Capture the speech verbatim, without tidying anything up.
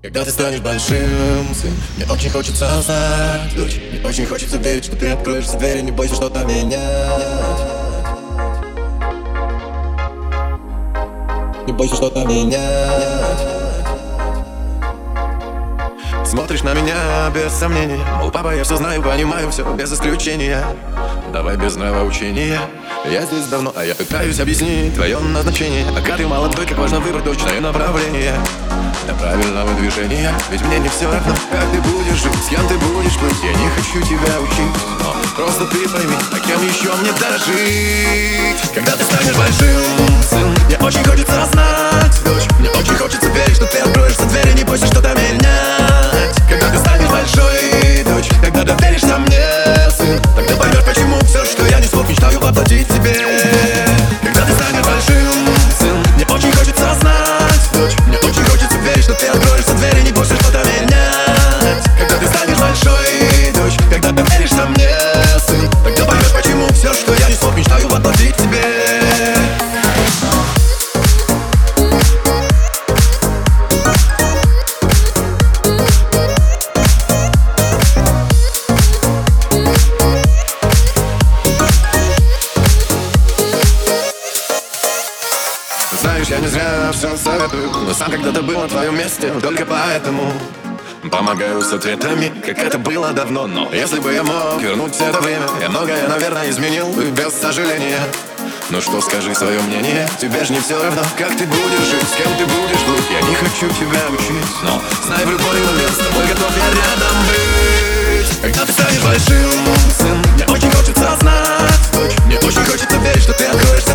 Когда ты станешь большим, сын, мне очень хочется знать, дочь. Мне очень хочется верить, что ты откроешь все двери, не бойся что-то менять. Не бойся что-то менять. Смотришь на меня без сомнения, мол, папа, я все знаю, понимаю все без исключения. Давай без нравоучения. Я здесь давно, а я пытаюсь объяснить твое назначение. Пока ты молодой, как важно выбрать точное направление для правильного движения. Ведь мне не все равно, как ты будешь жить, с кем ты будешь быть. Я не хочу тебя учить, но просто ты пойми, а кем еще мне дожить. Когда ты станешь большим, сын, мне очень хочется знать, дочь. Мне очень хочется верить, что ты откроешь все двери, не бойся что-то менять. Когда ты станешь большой, дочь, тогда доверишься мне, сын. Тогда поймешь, почему все, что я не смог, мечтаю воплотить в тебе. Когда ты станешь большим, сын, мне очень хочется знать, дочь. Мне очень хочется верить, что ты откроешь все двери, не бойся что-то менять. Когда ты станешь большой, дочь, когда доверишься мне, сын. Тогда поймешь, почему все, что я не смог, мечтаю воплотить в тебе. Знаешь, я не зря все советую, но сам когда-то был на твоем месте, только поэтому помогаю с ответами, как это было давно. Но если бы я мог вернуть все это время, я многое, наверное, изменил бы без сожаления. Ну что, скажи свое мнение, тебе ж не все равно, как ты будешь жить, с кем ты будешь быть. Я не хочу тебя учить, но знай, в любой момент с тобой готов я рядом быть. Когда ты станешь большим, сын, мне очень хочется знать, дочь. Мне очень хочется верить, что ты откроешься